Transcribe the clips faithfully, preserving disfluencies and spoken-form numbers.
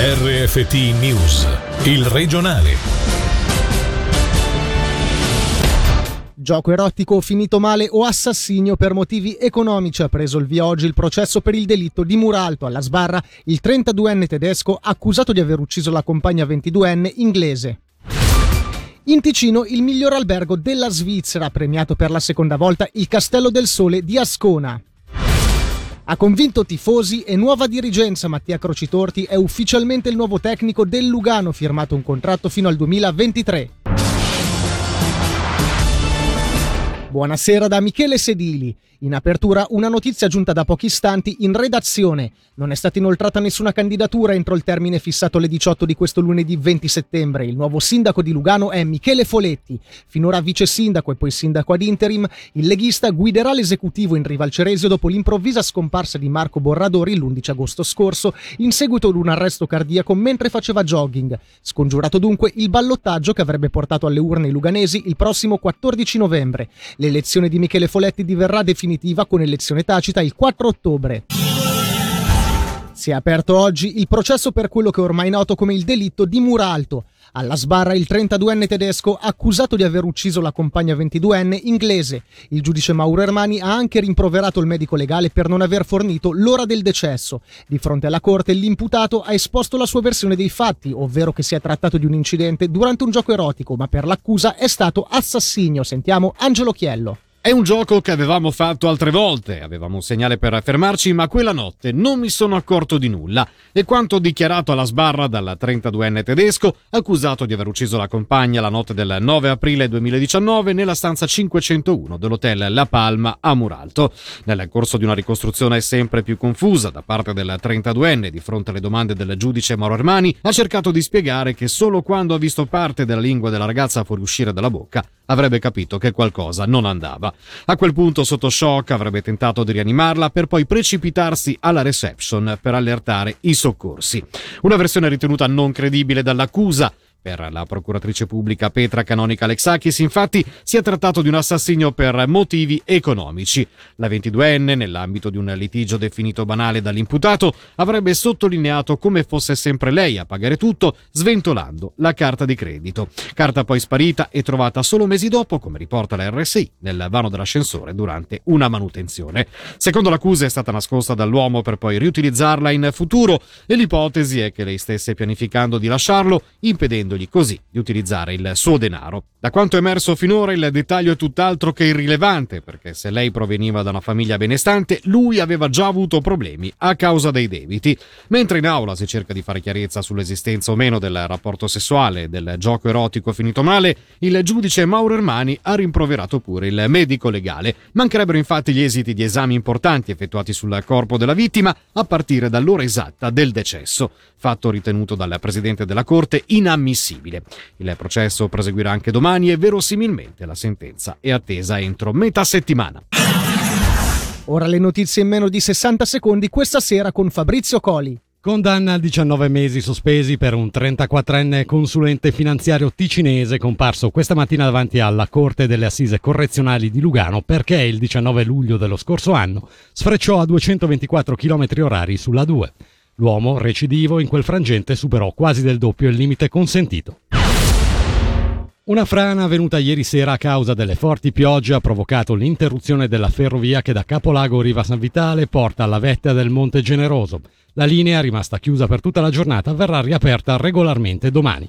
R F T News, il regionale. Gioco erotico finito male o assassinio per motivi economici. Ha preso il via oggi il processo per il delitto di Muralto. Alla sbarra il trentaduenne tedesco accusato di aver ucciso la compagna ventiduenne inglese. In Ticino il miglior albergo della Svizzera, premiato per la seconda volta il Castello del Sole di Ascona. Ha convinto tifosi e nuova dirigenza. Mattia Crocitorti è ufficialmente il nuovo tecnico del Lugano, firmato un contratto fino al duemilaventitré. Buonasera da Michele Sedili. In apertura una notizia giunta da pochi istanti in redazione. Non è stata inoltrata nessuna candidatura entro il termine fissato alle diciotto di questo lunedì venti settembre. Il nuovo sindaco di Lugano è Michele Foletti. Finora vice sindaco e poi sindaco ad interim, il leghista guiderà l'esecutivo in Riva al Ceresio dopo l'improvvisa scomparsa di Marco Borradori l'undici agosto scorso in seguito ad un arresto cardiaco mentre faceva jogging. Scongiurato dunque il ballottaggio che avrebbe portato alle urne i luganesi il prossimo quattordici novembre. L'elezione di Michele Foletti diverrà definitiva con elezione tacita il quattro ottobre. Si è aperto oggi il processo per quello che è ormai noto come il delitto di Muralto. Alla sbarra il trentaduenne tedesco accusato di aver ucciso la compagna ventiduenne inglese. Il giudice Mauro Ermani ha anche rimproverato il medico legale per non aver fornito l'ora del decesso. Di fronte alla corte l'imputato ha esposto la sua versione dei fatti, ovvero che si è trattato di un incidente durante un gioco erotico, ma per l'accusa è stato assassinio. Sentiamo Angelo Chiello. È un gioco che avevamo fatto altre volte, avevamo un segnale per fermarci, ma quella notte non mi sono accorto di nulla. E quanto dichiarato alla sbarra dal trentaduenne tedesco, accusato di aver ucciso la compagna la notte del nove aprile duemiladiciannove nella stanza cinquecentouno dell'hotel La Palma a Muralto. Nel corso di una ricostruzione sempre più confusa da parte del trentaduenne, di fronte alle domande del giudice Mauro Ermani, ha cercato di spiegare che solo quando ha visto parte della lingua della ragazza fuoriuscire dalla bocca avrebbe capito che qualcosa non andava. A quel punto, sotto shock, avrebbe tentato di rianimarla per poi precipitarsi alla reception per allertare i soccorsi. Una versione ritenuta non credibile dall'accusa. Per la procuratrice pubblica Petra Canonica Alexakis, infatti, si è trattato di un assassinio per motivi economici. La ventiduenne, nell'ambito di un litigio definito banale dall'imputato, avrebbe sottolineato come fosse sempre lei a pagare tutto, sventolando la carta di credito. Carta poi sparita e trovata solo mesi dopo, come riporta la R S I, nel vano dell'ascensore durante una manutenzione. Secondo l'accusa è stata nascosta dall'uomo per poi riutilizzarla in futuro e l'ipotesi è che lei stesse pianificando di lasciarlo, impedendo così di utilizzare il suo denaro. Da quanto emerso finora il dettaglio è tutt'altro che irrilevante, perché se lei proveniva da una famiglia benestante, lui aveva già avuto problemi a causa dei debiti. Mentre in aula si cerca di fare chiarezza sull'esistenza o meno del rapporto sessuale e del gioco erotico finito male, il giudice Mauro Ermani ha rimproverato pure il medico legale. Mancherebbero infatti gli esiti di esami importanti effettuati sul corpo della vittima a partire dall'ora esatta del decesso, fatto ritenuto dal presidente della Corte inammissibile. Il processo proseguirà anche domani e verosimilmente la sentenza è attesa entro metà settimana. Ora le notizie in meno di sessanta secondi questa sera con Fabrizio Coli. Condanna a diciannove mesi sospesi per un trentaquattrenne consulente finanziario ticinese comparso questa mattina davanti alla Corte delle Assise Correzionali di Lugano perché il diciannove luglio dello scorso anno sfrecciò a duecentoventiquattro chilometri orari sulla due. L'uomo, recidivo, in quel frangente superò quasi del doppio il limite consentito. Una frana avvenuta ieri sera a causa delle forti piogge ha provocato l'interruzione della ferrovia che da Capolago Riva San Vitale porta alla vetta del Monte Generoso. La linea, rimasta chiusa per tutta la giornata, verrà riaperta regolarmente domani.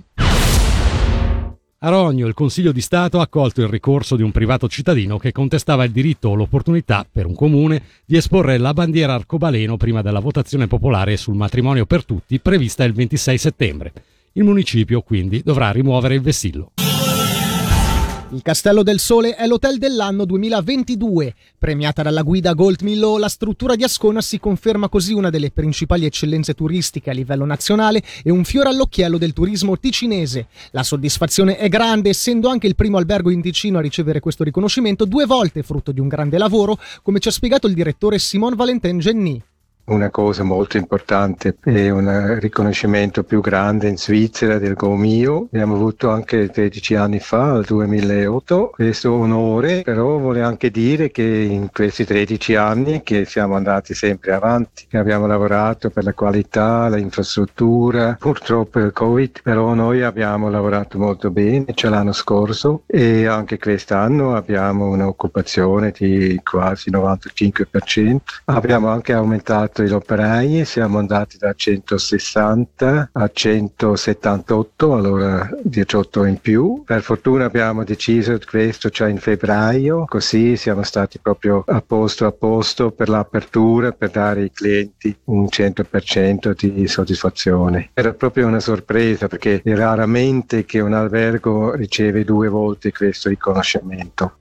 A Rogno il Consiglio di Stato ha accolto il ricorso di un privato cittadino che contestava il diritto o l'opportunità per un comune di esporre la bandiera arcobaleno prima della votazione popolare sul matrimonio per tutti prevista il ventisei settembre. Il municipio quindi dovrà rimuovere il vessillo. Il Castello del Sole è l'hotel dell'anno duemilaventidue. Premiata dalla guida Gold Millau, la struttura di Ascona si conferma così una delle principali eccellenze turistiche a livello nazionale e un fiore all'occhiello del turismo ticinese. La soddisfazione è grande, essendo anche il primo albergo in Ticino a ricevere questo riconoscimento due volte, frutto di un grande lavoro, come ci ha spiegato il direttore Simon Valentin Genny. una cosa molto importante e un riconoscimento più grande in Svizzera del Gomio. Abbiamo avuto anche tredici anni fa, nel duemilaotto, questo onore, però voglio anche dire che in questi tredici anni che siamo andati sempre avanti, che abbiamo lavorato per la qualità, l'infrastruttura, purtroppo il Covid, però noi abbiamo lavorato molto bene, ce l'anno scorso e anche quest'anno abbiamo un'occupazione di quasi novantacinque per cento. Abbiamo anche aumentato gli operai, siamo andati da centosessanta a centosettantotto, allora diciotto in più. Per fortuna abbiamo deciso questo già in febbraio, così siamo stati proprio a posto a posto per l'apertura, per dare ai clienti un cento per cento di soddisfazione. Era proprio una sorpresa perché è raramente che un albergo riceve due volte questo riconoscimento.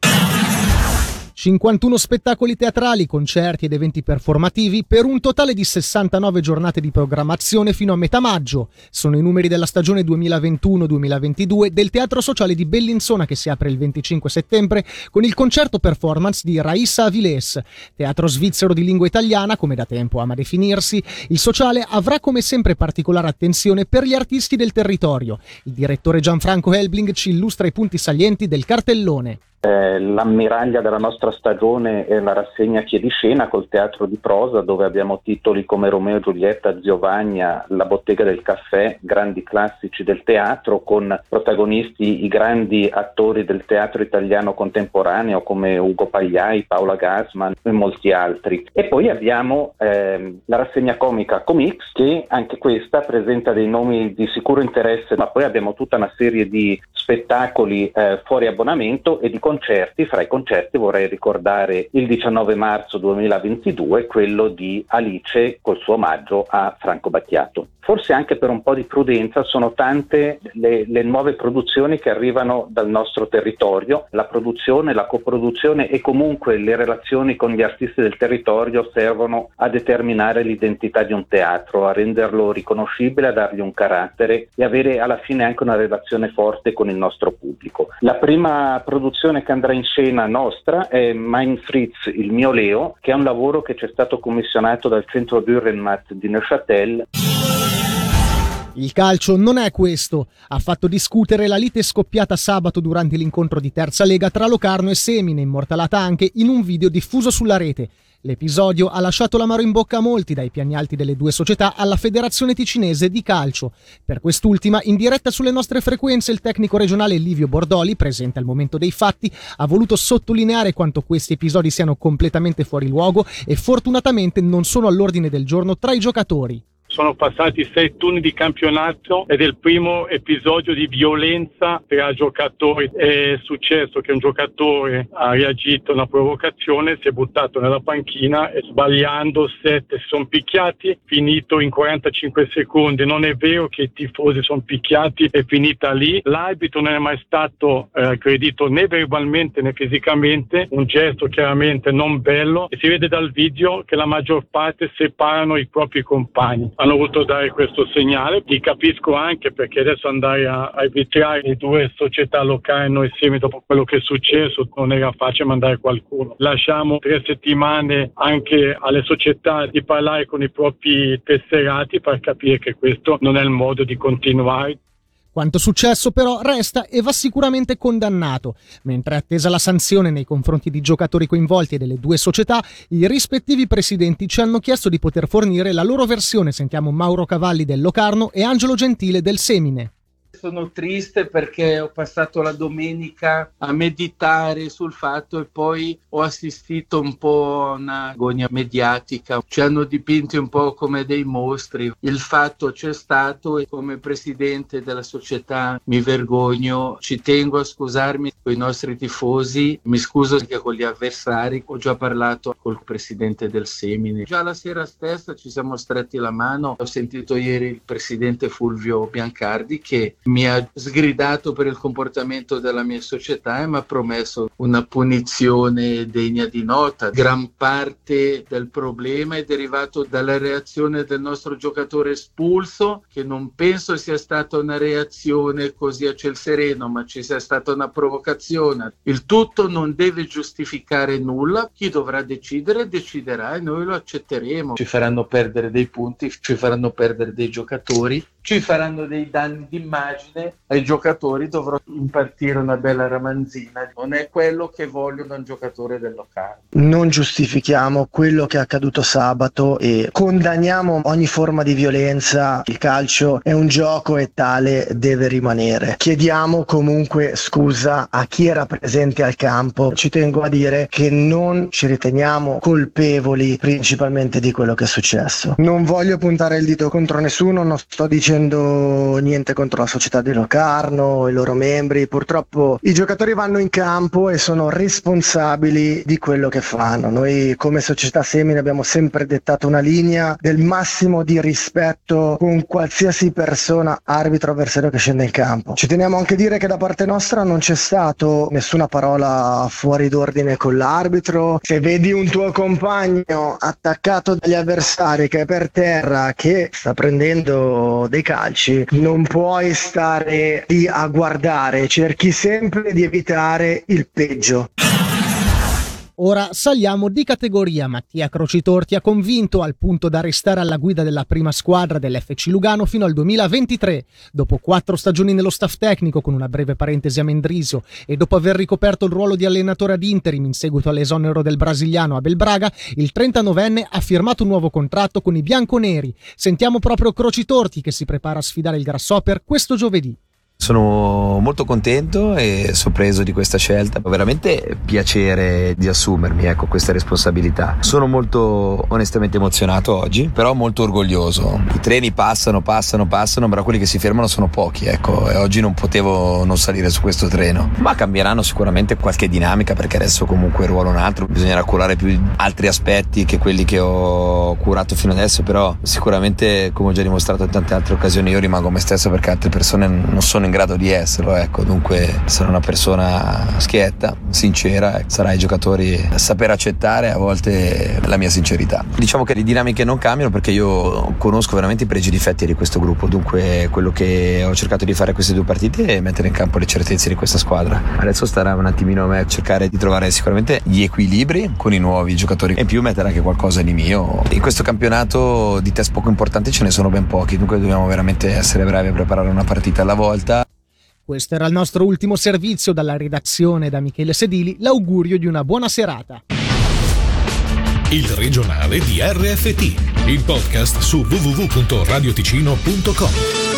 cinquantuno spettacoli teatrali, concerti ed eventi performativi per un totale di sessantanove giornate di programmazione fino a metà maggio. Sono i numeri della stagione duemilaventuno duemilaventidue del Teatro Sociale di Bellinzona che si apre il venticinque settembre con il concerto performance di Raissa Avilés. Teatro svizzero di lingua italiana, come da tempo ama definirsi, il Sociale avrà come sempre particolare attenzione per gli artisti del territorio. Il direttore Gianfranco Helbling ci illustra i punti salienti del cartellone. Eh, l'ammiraglia della nostra stagione è la rassegna Chiediscena col teatro di prosa, dove abbiamo titoli come Romeo e Giulietta, Zio Vagna, La bottega del caffè, grandi classici del teatro, con protagonisti i grandi attori del teatro italiano contemporaneo come Ugo Pagliai, Paola Gassman e molti altri. E poi abbiamo ehm, la rassegna comica Comix, che anche questa presenta dei nomi di sicuro interesse, ma poi abbiamo tutta una serie di spettacoli eh, fuori abbonamento e di concerti. Fra i concerti vorrei ricordare il diciannove marzo duemilaventidue, quello di Alice col suo omaggio a Franco Battiato. Forse anche per un po' di prudenza sono tante le, le nuove produzioni che arrivano dal nostro territorio. La produzione, la coproduzione e comunque le relazioni con gli artisti del territorio servono a determinare l'identità di un teatro, a renderlo riconoscibile, a dargli un carattere e avere alla fine anche una relazione forte con il nostro pubblico. La prima produzione che andrà in scena nostra è Mein Fritz, il mio Leo, che è un lavoro che ci è stato commissionato dal centro Dürrenmatt di Neuchâtel. Il calcio non è questo. Ha fatto discutere la lite scoppiata sabato durante l'incontro di terza lega tra Locarno e Semine, immortalata anche in un video diffuso sulla rete. L'episodio ha lasciato l'amaro in bocca a molti, dai piani alti delle due società alla Federazione Ticinese di Calcio. Per quest'ultima, in diretta sulle nostre frequenze, il tecnico regionale Livio Bordoli, presente al momento dei fatti, ha voluto sottolineare quanto questi episodi siano completamente fuori luogo e fortunatamente non sono all'ordine del giorno tra i giocatori. Sono passati sei turni di campionato ed è il primo episodio di violenza tra giocatori. È successo che un giocatore ha reagito a una provocazione, si è buttato nella panchina e sbagliando sette si sono picchiati, finito in quarantacinque secondi. Non è vero che i tifosi sono picchiati, è finita lì. L'arbitro non è mai stato eh, aggredito né verbalmente né fisicamente, un gesto chiaramente non bello, e si vede dal video che la maggior parte separano i propri compagni. Hanno voluto dare questo segnale. Li capisco anche perché adesso andare a arbitrare le due società locali, noi insieme, dopo quello che è successo, non era facile mandare qualcuno. Lasciamo tre settimane anche alle società di parlare con i propri tesserati per capire che questo non è il modo di continuare. Quanto successo però resta e va sicuramente condannato. Mentre è attesa la sanzione nei confronti di giocatori coinvolti e delle due società, i rispettivi presidenti ci hanno chiesto di poter fornire la loro versione. Sentiamo Mauro Cavalli del Locarno e Angelo Gentile del Semine. Sono triste perché ho passato la domenica a meditare sul fatto e poi ho assistito un po' a una agonia mediatica. Ci hanno dipinti un po' come dei mostri. Il fatto c'è stato e come presidente della società mi vergogno. Ci tengo a scusarmi con i nostri tifosi, mi scuso anche con gli avversari. Ho già parlato col presidente del Semine. Già la sera stessa ci siamo stretti la mano. Ho sentito ieri il presidente Fulvio Biancardi che mi ha sgridato per il comportamento della mia società e mi ha promesso una punizione degna di nota. Gran parte del problema è derivato dalla reazione del nostro giocatore espulso, che non penso sia stata una reazione così a ciel sereno, ma ci sia stata una provocazione. Il tutto non deve giustificare nulla, chi dovrà decidere deciderà e noi lo accetteremo. Ci faranno perdere dei punti, ci faranno perdere dei giocatori, ci faranno dei danni d'immagine ai giocatori, dovrò impartire una bella ramanzina. Non è quello che voglio da un giocatore del Locarno. Non giustifichiamo quello che è accaduto sabato e condanniamo ogni forma di violenza. Il calcio è un gioco e tale deve rimanere. Chiediamo comunque scusa a chi era presente al campo. Ci tengo a dire che non ci riteniamo colpevoli principalmente di quello che è successo. Non voglio puntare il dito contro nessuno, non sto dicendo niente contro la società di Locarno, i loro membri. Purtroppo i giocatori vanno in campo e sono responsabili di quello che fanno. Noi come società Semina abbiamo sempre dettato una linea del massimo di rispetto con qualsiasi persona, arbitro, avversario che scende in campo. Ci teniamo anche a dire che da parte nostra non c'è stato nessuna parola fuori d'ordine con l'arbitro. Se vedi un tuo compagno attaccato dagli avversari che è per terra, che sta prendendo dei calci, non puoi stare lì a guardare, cerchi sempre di evitare il peggio. Ora saliamo di categoria. Mattia Crocitorti ha convinto al punto da restare alla guida della prima squadra dell'F C Lugano fino al duemilaventitré. Dopo quattro stagioni nello staff tecnico, con una breve parentesi a Mendrisio, e dopo aver ricoperto il ruolo di allenatore ad interim in seguito all'esonero del brasiliano Abel Braga, il trentanovenne ha firmato un nuovo contratto con i bianconeri. Sentiamo proprio Crocitorti che si prepara a sfidare il Grasshopper questo giovedì. Sono molto contento e sorpreso di questa scelta, ho veramente piacere di assumermi ecco questa responsabilità. Sono molto onestamente emozionato oggi, però molto orgoglioso. I treni passano, passano, passano, però quelli che si fermano sono pochi, ecco, e oggi non potevo non salire su questo treno. Ma cambieranno sicuramente qualche dinamica, perché adesso comunque il ruolo è un altro, bisognerà curare più altri aspetti che quelli che ho curato fino adesso, però sicuramente, come ho già dimostrato in tante altre occasioni, io rimango me stesso perché altre persone non sono in grado di esserlo, ecco. Dunque sarò una persona schietta, sincera, sarà ai giocatori saper accettare a volte la mia sincerità. Diciamo che le dinamiche non cambiano perché io conosco veramente i pregi e i difetti di questo gruppo, dunque quello che ho cercato di fare queste due partite è mettere in campo le certezze di questa squadra. Adesso starà un attimino a me cercare di trovare sicuramente gli equilibri con i nuovi giocatori e in più mettere anche qualcosa di mio. In questo campionato di test poco importanti ce ne sono ben pochi, dunque dobbiamo veramente essere bravi a preparare una partita alla volta. Questo era il nostro ultimo servizio dalla redazione da Michele Sedili. L'augurio di una buona serata. Il regionale di R F T, il podcast su w w w punto radioticino punto com.